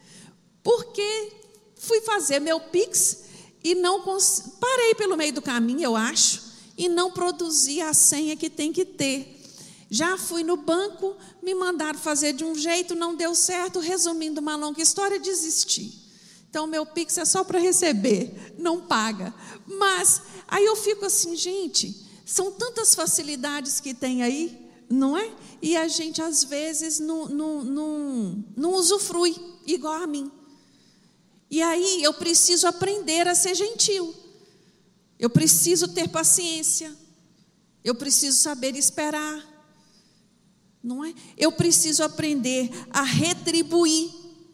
Speaker 2: porque fui fazer meu Pix e não parei pelo meio do caminho, eu acho, e não produzi a senha que tem que ter. Já fui no banco, me mandaram fazer de um jeito, não deu certo, resumindo uma longa história, desisti. Então, meu Pix é só para receber, não paga. Mas, aí eu fico assim, gente, são tantas facilidades que tem aí, não é? E a gente, às vezes, não usufrui, igual a mim. E aí, eu preciso aprender a ser gentil. Eu preciso ter paciência. Eu preciso saber esperar. Não é? Eu preciso aprender a retribuir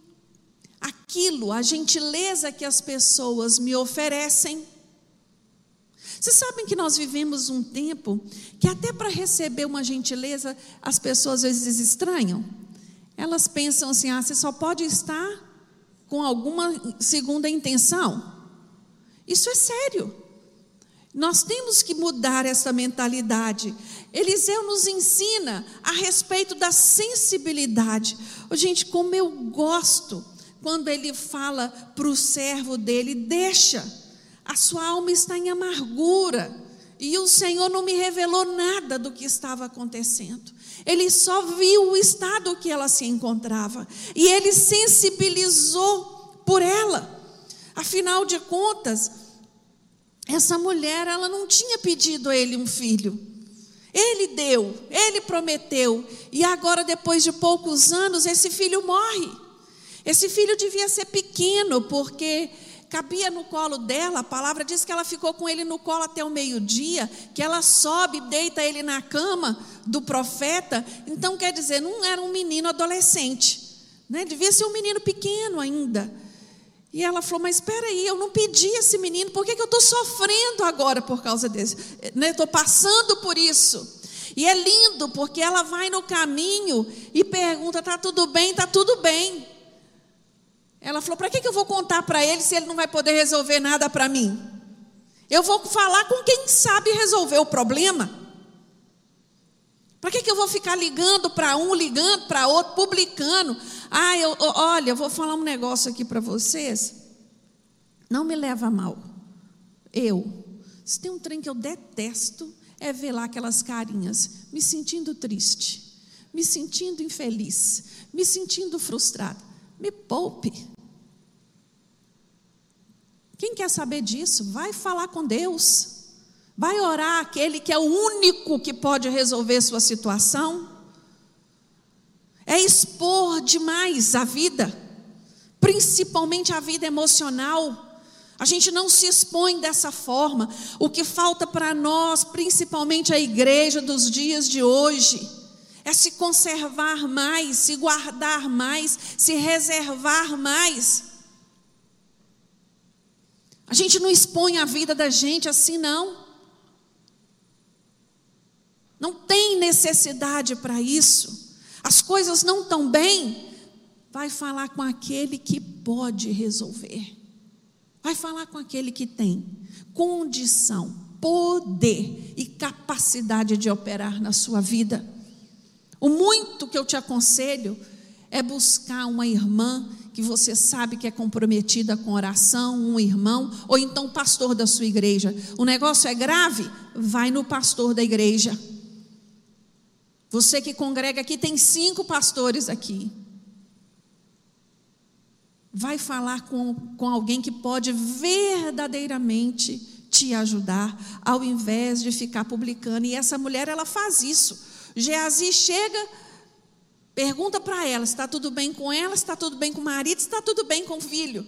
Speaker 2: aquilo, a gentileza que as pessoas me oferecem. Vocês sabem que nós vivemos um tempo que até para receber uma gentileza as pessoas às vezes estranham. Elas pensam assim, você só pode estar com alguma segunda intenção. Isso é sério. Nós temos que mudar essa mentalidade. Eliseu nos ensina a respeito da sensibilidade. Gente, como eu gosto quando ele fala para o servo dele, deixa, a sua alma está em amargura, e o Senhor não me revelou nada do que estava acontecendo. Ele só viu o estado que ela se encontrava, e ele sensibilizou por ela. Afinal de contas, essa mulher, ela não tinha pedido a ele um filho. Ele deu, ele prometeu, e agora, depois de poucos anos, esse filho morre. Esse filho devia ser pequeno, porque cabia no colo dela. A palavra diz que ela ficou com ele no colo até o meio-dia, que ela sobe, deita ele na cama do profeta. Então, quer dizer, não era um menino adolescente, né? Devia ser um menino pequeno ainda. E ela falou, mas espera aí, eu não pedi esse menino, por que eu estou sofrendo agora por causa desse? Estou passando por isso. E é lindo, porque ela vai no caminho e pergunta, está tudo bem? Está tudo bem. Ela falou, para que eu vou contar para ele se ele não vai poder resolver nada para mim? Eu vou falar com quem sabe resolver o problema. Para que eu vou ficar ligando para um, ligando para outro, publicando? Olha, eu vou falar um negócio aqui para vocês. Não me leva a mal. Se tem um trem que eu detesto, é ver lá aquelas carinhas, me sentindo triste, me sentindo infeliz, me sentindo frustrada. Me poupe. Quem quer saber disso? Vai falar com Deus. Vai orar aquele que é o único que pode resolver sua situação. É expor demais a vida, principalmente a vida emocional. A gente não se expõe dessa forma. O que falta para nós, principalmente a igreja dos dias de hoje, é se conservar mais, se guardar mais, se reservar mais. A gente não expõe a vida da gente assim, não. Não tem necessidade para isso. As coisas não estão bem. Vai falar com aquele que pode resolver. Vai falar com aquele que tem condição, poder e capacidade de operar na sua vida. O muito que eu te aconselho é buscar uma irmã que você sabe que é comprometida com oração, um irmão, ou então o pastor da sua igreja. O negócio é grave? Vai no pastor da igreja. Você que congrega aqui, tem 5 pastores aqui. Vai falar com alguém que pode verdadeiramente te ajudar, ao invés de ficar publicando. E essa mulher, ela faz isso. Geazi chega, pergunta para ela se está tudo bem com ela, se está tudo bem com o marido, se está tudo bem com o filho.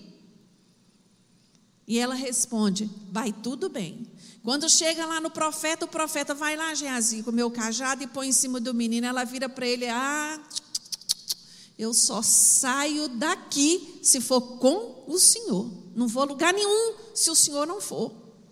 Speaker 2: E ela responde, vai tudo bem. Quando chega lá no profeta, o profeta vai lá, Geazi, com o meu cajado e põe em cima do menino. Ela vira para ele, eu só saio daqui se for com o Senhor. Não vou a lugar nenhum se o Senhor não for.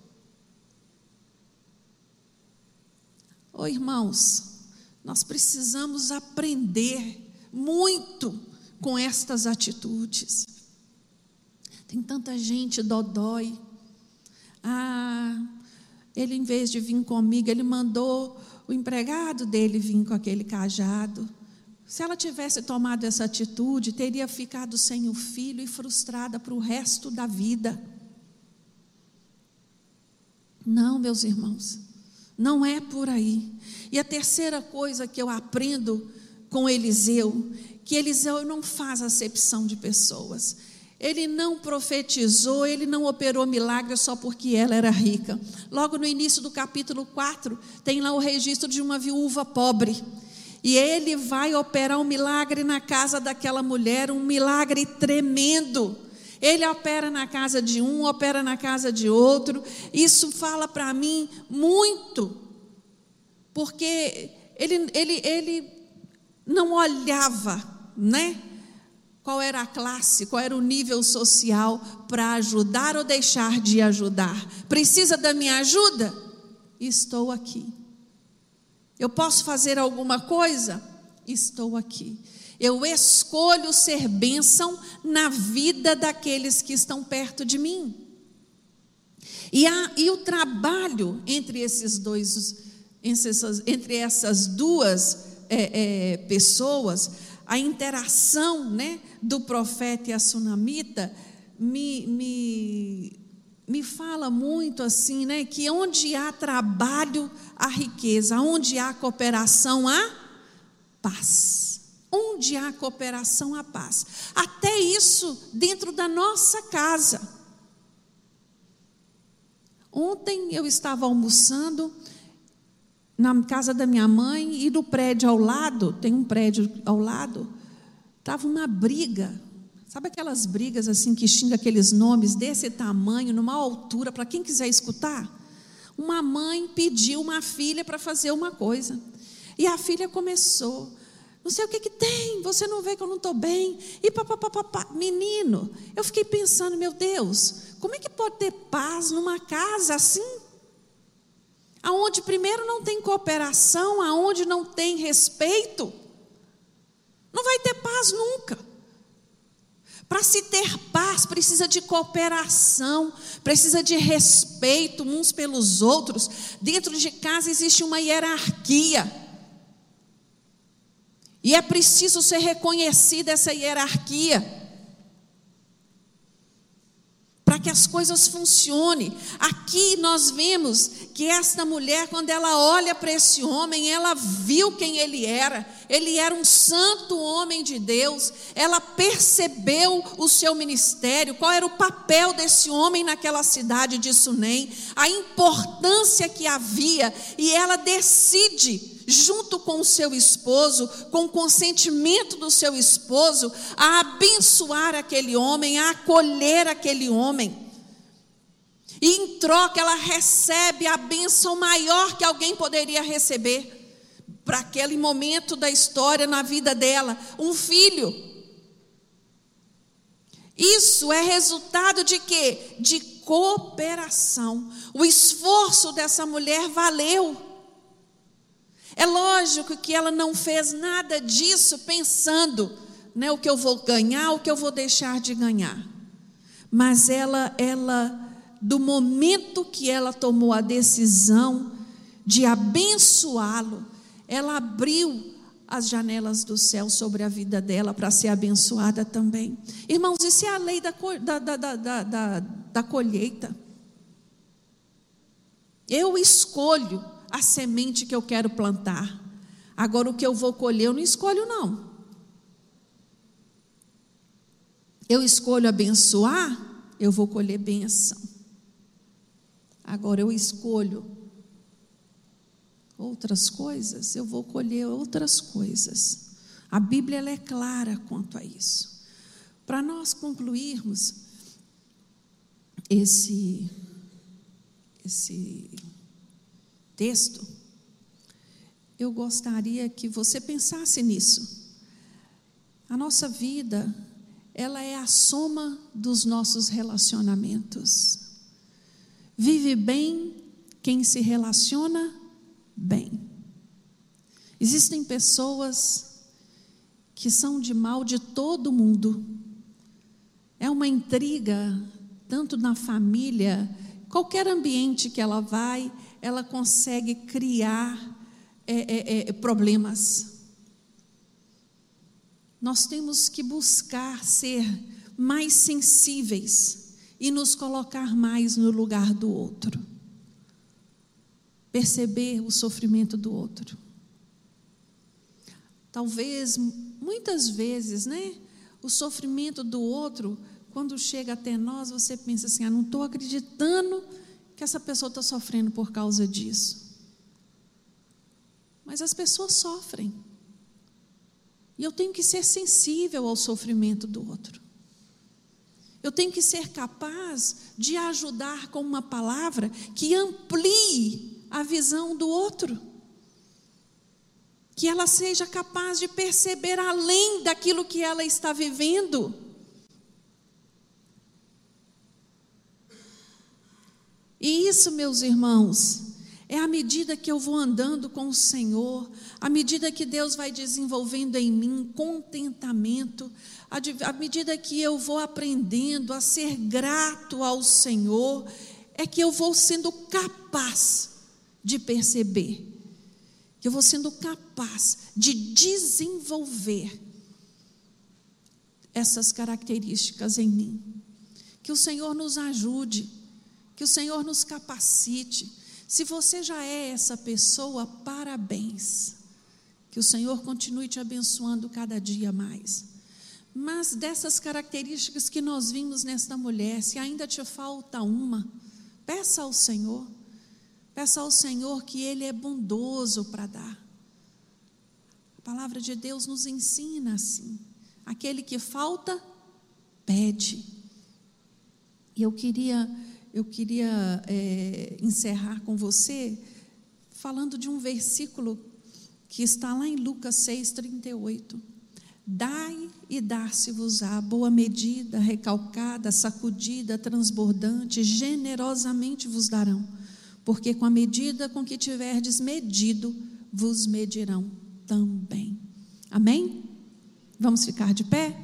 Speaker 2: Irmãos, nós precisamos aprender muito com estas atitudes. Tem tanta gente dodói. Ele, em vez de vir comigo, ele mandou o empregado dele vir com aquele cajado. Se ela tivesse tomado essa atitude, teria ficado sem o filho e frustrada para o resto da vida. Não, meus irmãos, não é por aí. E a terceira coisa que eu aprendo com Eliseu, que Eliseu não faz acepção de pessoas. Ele não profetizou, ele não operou milagre só porque ela era rica. Logo no início do capítulo 4, tem lá o registro de uma viúva pobre. E ele vai operar um milagre na casa daquela mulher, um milagre tremendo. Ele opera na casa de um, opera na casa de outro. Isso fala para mim muito, porque ele não olhava, né? Qual era a classe, qual era o nível social para ajudar ou deixar de ajudar. Precisa da minha ajuda? Estou aqui. Eu posso fazer alguma coisa? Estou aqui. Eu escolho ser bênção na vida daqueles que estão perto de mim. E o trabalho entre essas duas pessoas, a interação, né, do profeta e a sunamita, me fala muito assim, né, que onde há trabalho, há riqueza, onde há cooperação, há paz. Onde há cooperação, há paz. Até isso dentro da nossa casa. Ontem eu estava almoçando na casa da minha mãe e no prédio ao lado, tem um prédio ao lado, estava uma briga. Sabe aquelas brigas assim que xinga aqueles nomes desse tamanho, numa altura, para quem quiser escutar? Uma mãe pediu uma filha para fazer uma coisa. E a filha começou: não sei o que tem, você não vê que eu não estou bem. E papapá. Menino, eu fiquei pensando, meu Deus, como é que pode ter paz numa casa assim? Aonde primeiro não tem cooperação, aonde não tem respeito, não vai ter paz nunca. Para se ter paz, precisa de cooperação, precisa de respeito uns pelos outros. Dentro de casa existe uma hierarquia. E é preciso ser reconhecida essa hierarquia, para que as coisas funcionem. Aqui nós vemos que esta mulher, quando ela olha para esse homem, ela viu quem ele era um santo homem de Deus, ela percebeu o seu ministério, qual era o papel desse homem naquela cidade de Sunem, a importância que havia, e ela decide, junto com o seu esposo, com o consentimento do seu esposo, a abençoar aquele homem, a acolher aquele homem. E em troca ela recebe a bênção maior que alguém poderia receber para aquele momento da história na vida dela, um filho. Isso é resultado de quê? De cooperação. O esforço dessa mulher valeu. É lógico que ela não fez nada disso pensando, né, o que eu vou ganhar, o que eu vou deixar de ganhar. Mas ela, do momento que ela tomou a decisão de abençoá-lo, ela abriu as janelas do céu sobre a vida dela para ser abençoada também. Irmãos, isso é a lei da colheita. Eu escolho a semente que eu quero plantar. Agora o que eu vou colher eu não escolho não. Eu escolho abençoar, eu vou colher bênção. Agora eu escolho outras coisas, eu vou colher outras coisas. A Bíblia ela é clara quanto a isso. Para nós concluirmos esse texto, eu gostaria que você pensasse nisso. A nossa vida, ela é a soma dos nossos relacionamentos. Vive bem quem se relaciona bem. Existem pessoas que são de mal de todo mundo. É uma intriga, tanto na família, qualquer ambiente que ela vai, ela consegue criar problemas. Nós temos que buscar ser mais sensíveis e nos colocar mais no lugar do outro. Perceber o sofrimento do outro. Talvez, muitas vezes, o sofrimento do outro, quando chega até nós, você pensa assim, não estou acreditando que essa pessoa está sofrendo por causa disso. Mas as pessoas sofrem. E eu tenho que ser sensível ao sofrimento do outro. Eu tenho que ser capaz de ajudar com uma palavra que amplie a visão do outro. Que ela seja capaz de perceber além daquilo que ela está vivendo. E isso, meus irmãos, é à medida que eu vou andando com o Senhor, à medida que Deus vai desenvolvendo em mim contentamento, à medida que eu vou aprendendo a ser grato ao Senhor, é que eu vou sendo capaz de perceber, que eu vou sendo capaz de desenvolver essas características em mim. Que o Senhor nos ajude, que o Senhor nos capacite. Se você já é essa pessoa, parabéns. Que o Senhor continue te abençoando cada dia mais. Mas dessas características que nós vimos nesta mulher, se ainda te falta uma, peça ao Senhor. Peça ao Senhor que Ele é bondoso para dar. A palavra de Deus nos ensina assim. Aquele que falta, pede. E eu queria encerrar com você falando de um versículo que está lá em Lucas 6:38. Dai e dar-se-vos-á boa medida, recalcada, sacudida, transbordante, generosamente vos darão, porque com a medida com que tiverdes medido, vos medirão também. Amém? Vamos ficar de pé?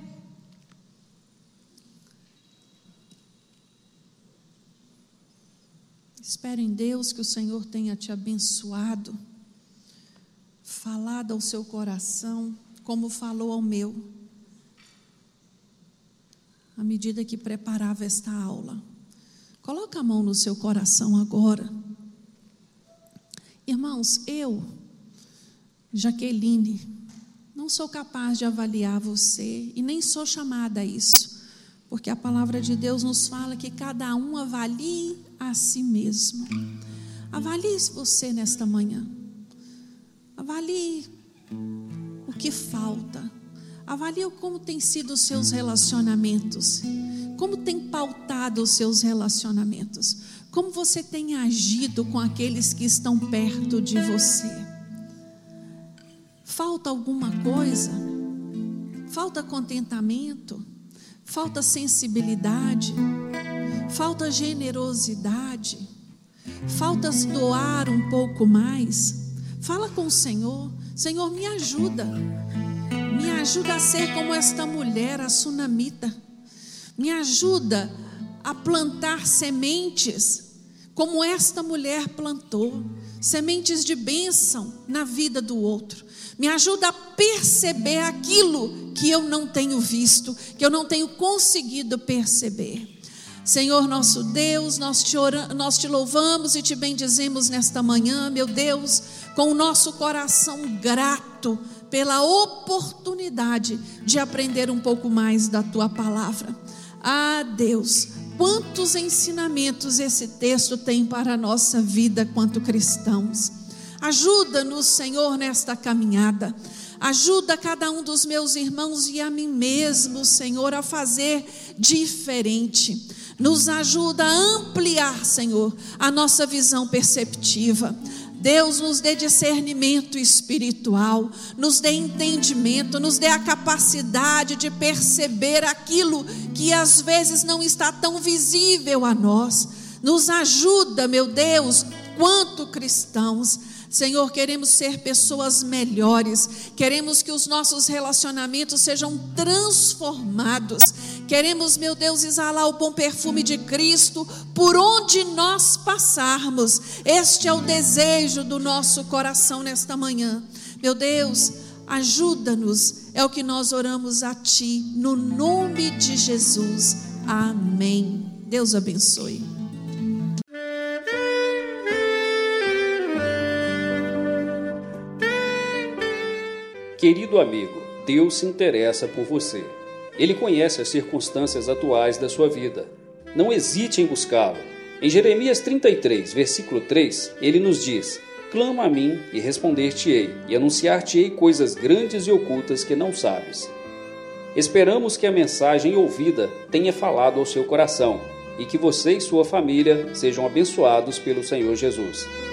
Speaker 2: Espero em Deus que o Senhor tenha te abençoado, falado ao seu coração, como falou ao meu, à medida que preparava esta aula. Coloca a mão no seu coração agora. Irmãos, eu, Jaqueline, não sou capaz de avaliar você e nem sou chamada a isso, porque a palavra de Deus nos fala que cada um avalie a si mesmo. Avalie você nesta manhã. Avalie o que falta. Avalie como tem sido os seus relacionamentos. Como tem pautado os seus relacionamentos. Como você tem agido com aqueles que estão perto de você. Falta alguma coisa? Falta contentamento? Falta sensibilidade? Falta generosidade? Falta doar um pouco mais? Fala com o Senhor. Senhor, me ajuda. Me ajuda a ser como esta mulher, a sunamita. Me ajuda a plantar sementes como esta mulher plantou. Sementes de bênção na vida do outro. Me ajuda a perceber aquilo que eu não tenho visto, que eu não tenho conseguido perceber. Senhor nosso Deus, nós te louvamos e te bendizemos nesta manhã, meu Deus, com o nosso coração grato pela oportunidade de aprender um pouco mais da Tua palavra. Ah, Deus, quantos ensinamentos esse texto tem para a nossa vida quanto cristãos. Ajuda-nos, Senhor, nesta caminhada. Ajuda cada um dos meus irmãos e a mim mesmo, Senhor, a fazer diferente. Nos ajuda a ampliar, Senhor, a nossa visão perceptiva. Deus, nos dê discernimento espiritual, nos dê entendimento, nos dê a capacidade de perceber aquilo que às vezes não está tão visível a nós. Nos ajuda, meu Deus, quanto cristãos. Senhor, queremos ser pessoas melhores, queremos que os nossos relacionamentos sejam transformados, Queremos, meu Deus, exalar o bom perfume de Cristo por onde nós passarmos. Este é o desejo do nosso coração nesta manhã. Meu Deus, ajuda-nos, é o que nós oramos a Ti, no nome de Jesus. Amém. Deus abençoe.
Speaker 1: Querido amigo, Deus se interessa por você. Ele conhece as circunstâncias atuais da sua vida. Não hesite em buscá-lo. Em Jeremias 33, versículo 3, ele nos diz: clama a mim e responder-te-ei, e anunciar-te-ei coisas grandes e ocultas que não sabes. Esperamos que a mensagem ouvida tenha falado ao seu coração e que você e sua família sejam abençoados pelo Senhor Jesus.